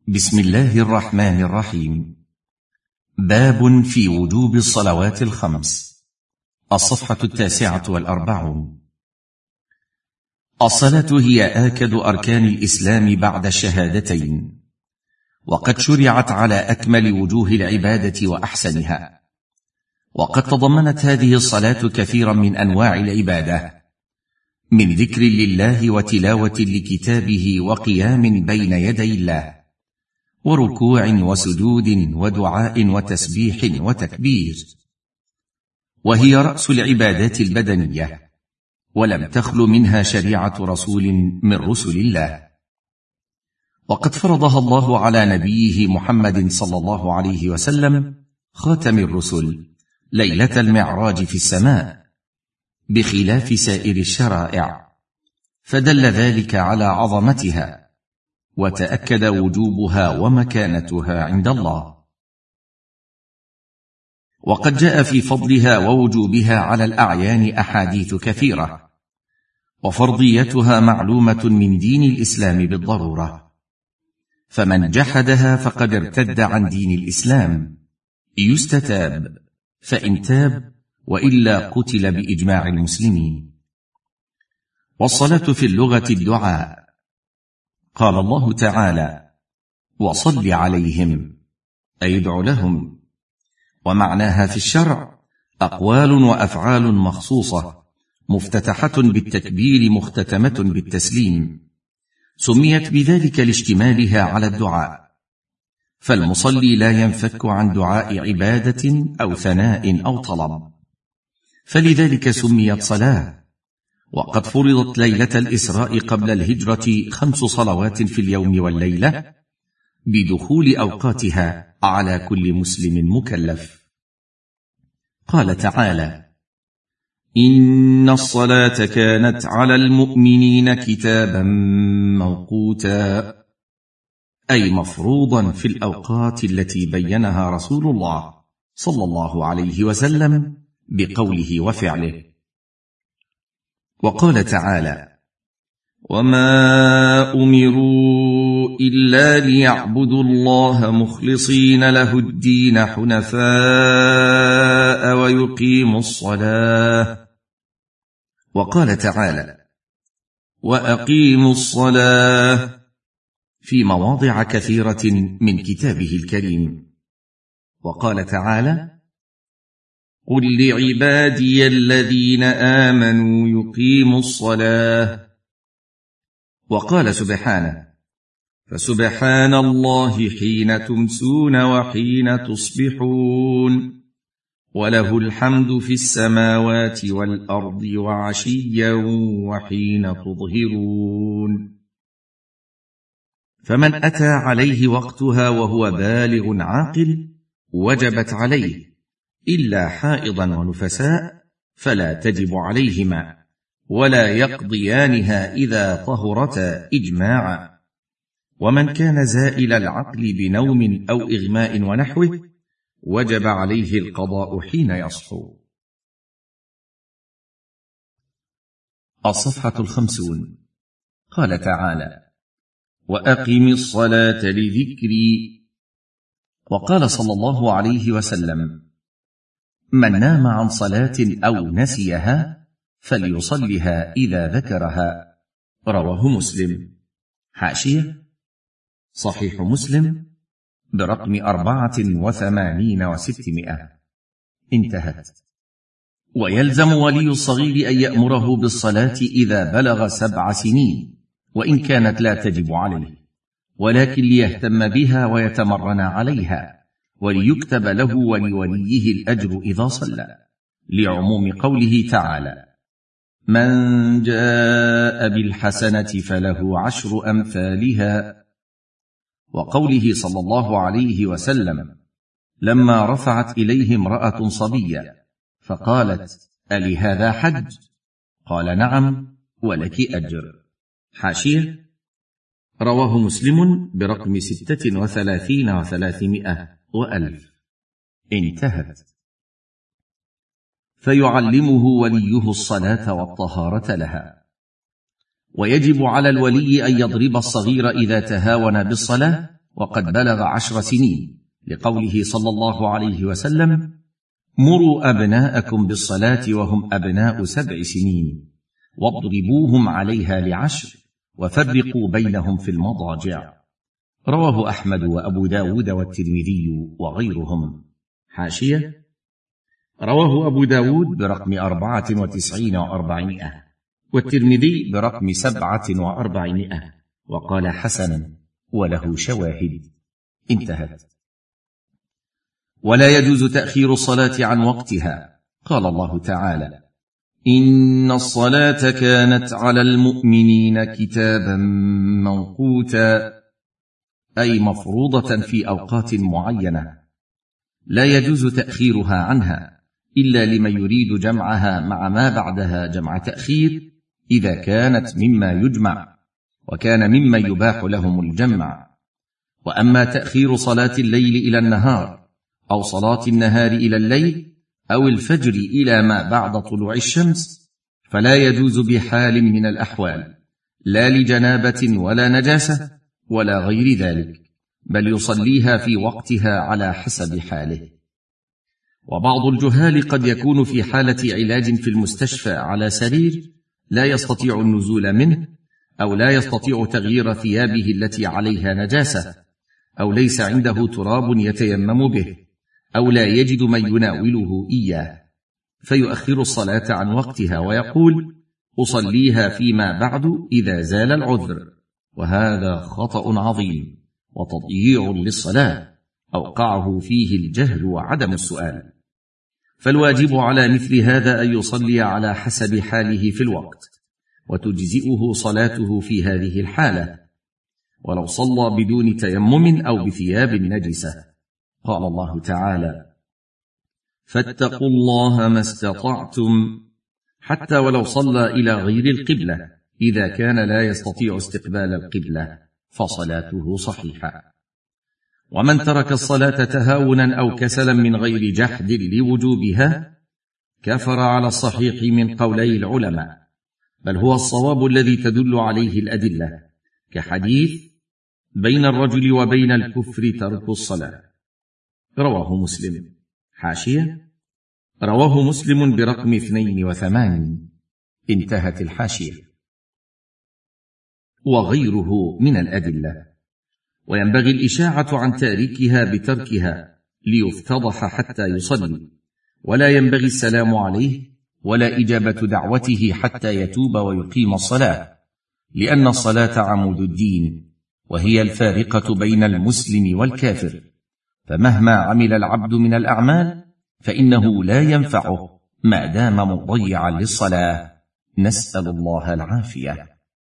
بسم الله الرحمن الرحيم. باب في وجوب الصلوات الخمس. الصفحة 49. الصلاة هي آكد أركان الإسلام بعد الشهادتين، وقد شرعت على أكمل وجوه العبادة وأحسنها، وقد تضمنت هذه الصلاة كثيرا من أنواع العبادة، من ذكر لله وتلاوة لكتابه وقيام بين يدي الله وركوع وسجود ودعاء وتسبيح وتكبير، وهي رأس العبادات البدنية، ولم تخل منها شريعة رسول من رسل الله، وقد فرضها الله على نبيه محمد صلى الله عليه وسلم خاتم الرسل ليلة المعراج في السماء، بخلاف سائر الشرائع، فدل ذلك على عظمتها، وتأكد وجوبها ومكانتها عند الله. وقد جاء في فضلها ووجوبها على الأعيان أحاديث كثيرة، وفرضيتها معلومة من دين الإسلام بالضرورة، فمن جحدها فقد ارتد عن دين الإسلام، يستتاب فإن تاب، وإلا قتل بإجماع المسلمين. والصلاة في اللغة الدعاء، قال الله تعالى: وصل عليهم، أي ادع لهم. ومعناها في الشرع أقوال وأفعال مخصوصة، مفتتحة بالتكبير مختتمة بالتسليم، سميت بذلك لاشتمالها على الدعاء، فالمصلي لا ينفك عن دعاء عبادة أو ثناء أو طلب، فلذلك سميت صلاة. وقد فرضت ليلة الإسراء قبل الهجرة 5 صلوات في اليوم والليلة، بدخول أوقاتها على كل مسلم مكلف. قال تعالى: إن الصلاة كانت على المؤمنين كتابا موقوتا، أي مفروضا في الأوقات التي بينها رسول الله صلى الله عليه وسلم بقوله وفعله. وقال تعالى: وما أمروا إلا ليعبدوا الله مخلصين له الدين حنفاء ويقيموا الصلاة. وقال تعالى: وأقيموا الصلاة، في مواضع كثيرة من كتابه الكريم. وقال تعالى: قل لعبادي الذين آمنوا يقيموا الصلاة. وقال سبحانه: فسبحان الله حين تمسون وحين تصبحون، وله الحمد في السماوات والأرض وعشيا وحين تظهرون. فمن أتى عليه وقتها وهو بالغ عاقل وجبت عليه، إلا حائضا ونفساء فلا تجب عليهما، ولا يقضيانها إذا طهرتا إجماعا. ومن كان زائل العقل بنوم أو إغماء ونحوه وجب عليه القضاء حين يصحو. الصفحة 50. قال تعالى: وأقم الصلاة لذكري. وقال صلى الله عليه وسلم: من نام عن صلاة أو نسيها فليصلها إذا ذكرها. رواه مسلم. حاشية: صحيح مسلم برقم 84 و600. انتهت. ويلزم ولي الصغير أن يأمره بالصلاة إذا بلغ 7 سنين، وإن كانت لا تجب عليه، ولكن ليهتم بها ويتمرن عليها، وليكتب له ولوليه الأجر إذا صلى، لعموم قوله تعالى: من جاء بالحسنة فله 10 أمثالها، وقوله صلى الله عليه وسلم: لما رفعت إليه امرأة صبية فقالت: ألي هذا حج؟ قال: نعم، ولك أجر. حاشية: رواه مسلم برقم 36 و300 و1000. انتهت. فيعلمه وليه الصلاة والطهارة لها. ويجب على الولي أن يضرب الصغير إذا تهاون بالصلاة، وقد بلغ 10 سنين، لقوله صلى الله عليه وسلم: مروا أبناءكم بالصلاة وهم أبناء 7 سنين، واضربوهم عليها ل10، وفرقوا بينهم في المضاجع. رواه أحمد وأبو داود والترمذي وغيرهم. حاشية: رواه أبو داود برقم 94 و400، والترمذي برقم 47، وقال حسن وله شواهد. انتهت. ولا يجوز تأخير الصلاة عن وقتها. قال الله تعالى: إن الصلاة كانت على المؤمنين كتابا موقوتا، أي مفروضة في أوقات معينة، لا يجوز تأخيرها عنها إلا لمن يريد جمعها مع ما بعدها جمع تأخير، إذا كانت مما يجمع، وكان ممن يباح لهم الجمع. وأما تأخير صلاة الليل إلى النهار، أو صلاة النهار إلى الليل، أو الفجر إلى ما بعد طلوع الشمس، فلا يجوز بحال من الأحوال، لا لجنابة ولا نجاسة ولا غير ذلك، بل يصليها في وقتها على حسب حاله. وبعض الجهال قد يكون في حالة علاج في المستشفى على سرير لا يستطيع النزول منه، أو لا يستطيع تغيير ثيابه التي عليها نجاسة، أو ليس عنده تراب يتيمم به، أو لا يجد من يناوله إياه، فيؤخر الصلاة عن وقتها ويقول: أصليها فيما بعد إذا زال العذر، وهذا خطأ عظيم وتضييع للصلاة أوقعه فيه الجهل وعدم السؤال. فالواجب على مثل هذا أن يصلي على حسب حاله في الوقت، وتجزئه صلاته في هذه الحالة، ولو صلى بدون تيمم أو بثياب نجسة. قال الله تعالى: فاتقوا الله ما استطعتم، حتى ولو صلى إلى غير القبلة، إذا كان لا يستطيع استقبال القبلة فصلاته صحيحة. ومن ترك الصلاة تهاونا أو كسلا من غير جحد لوجوبها كفر على الصحيح من قولي العلماء، بل هو الصواب الذي تدل عليه الأدلة، كحديث: بين الرجل وبين الكفر ترك الصلاة. رواه مسلم. حاشية: رواه مسلم برقم 82. انتهت الحاشية. وغيره من الأدلة. وينبغي الإشاعة عن تاركها بتركها ليفتضح حتى يصلي، ولا ينبغي السلام عليه ولا إجابة دعوته حتى يتوب ويقيم الصلاة، لأن الصلاة عمود الدين، وهي الفارقة بين المسلم والكافر، فمهما عمل العبد من الأعمال فإنه لا ينفعه ما دام مضيعا للصلاة، نسأل الله العافية.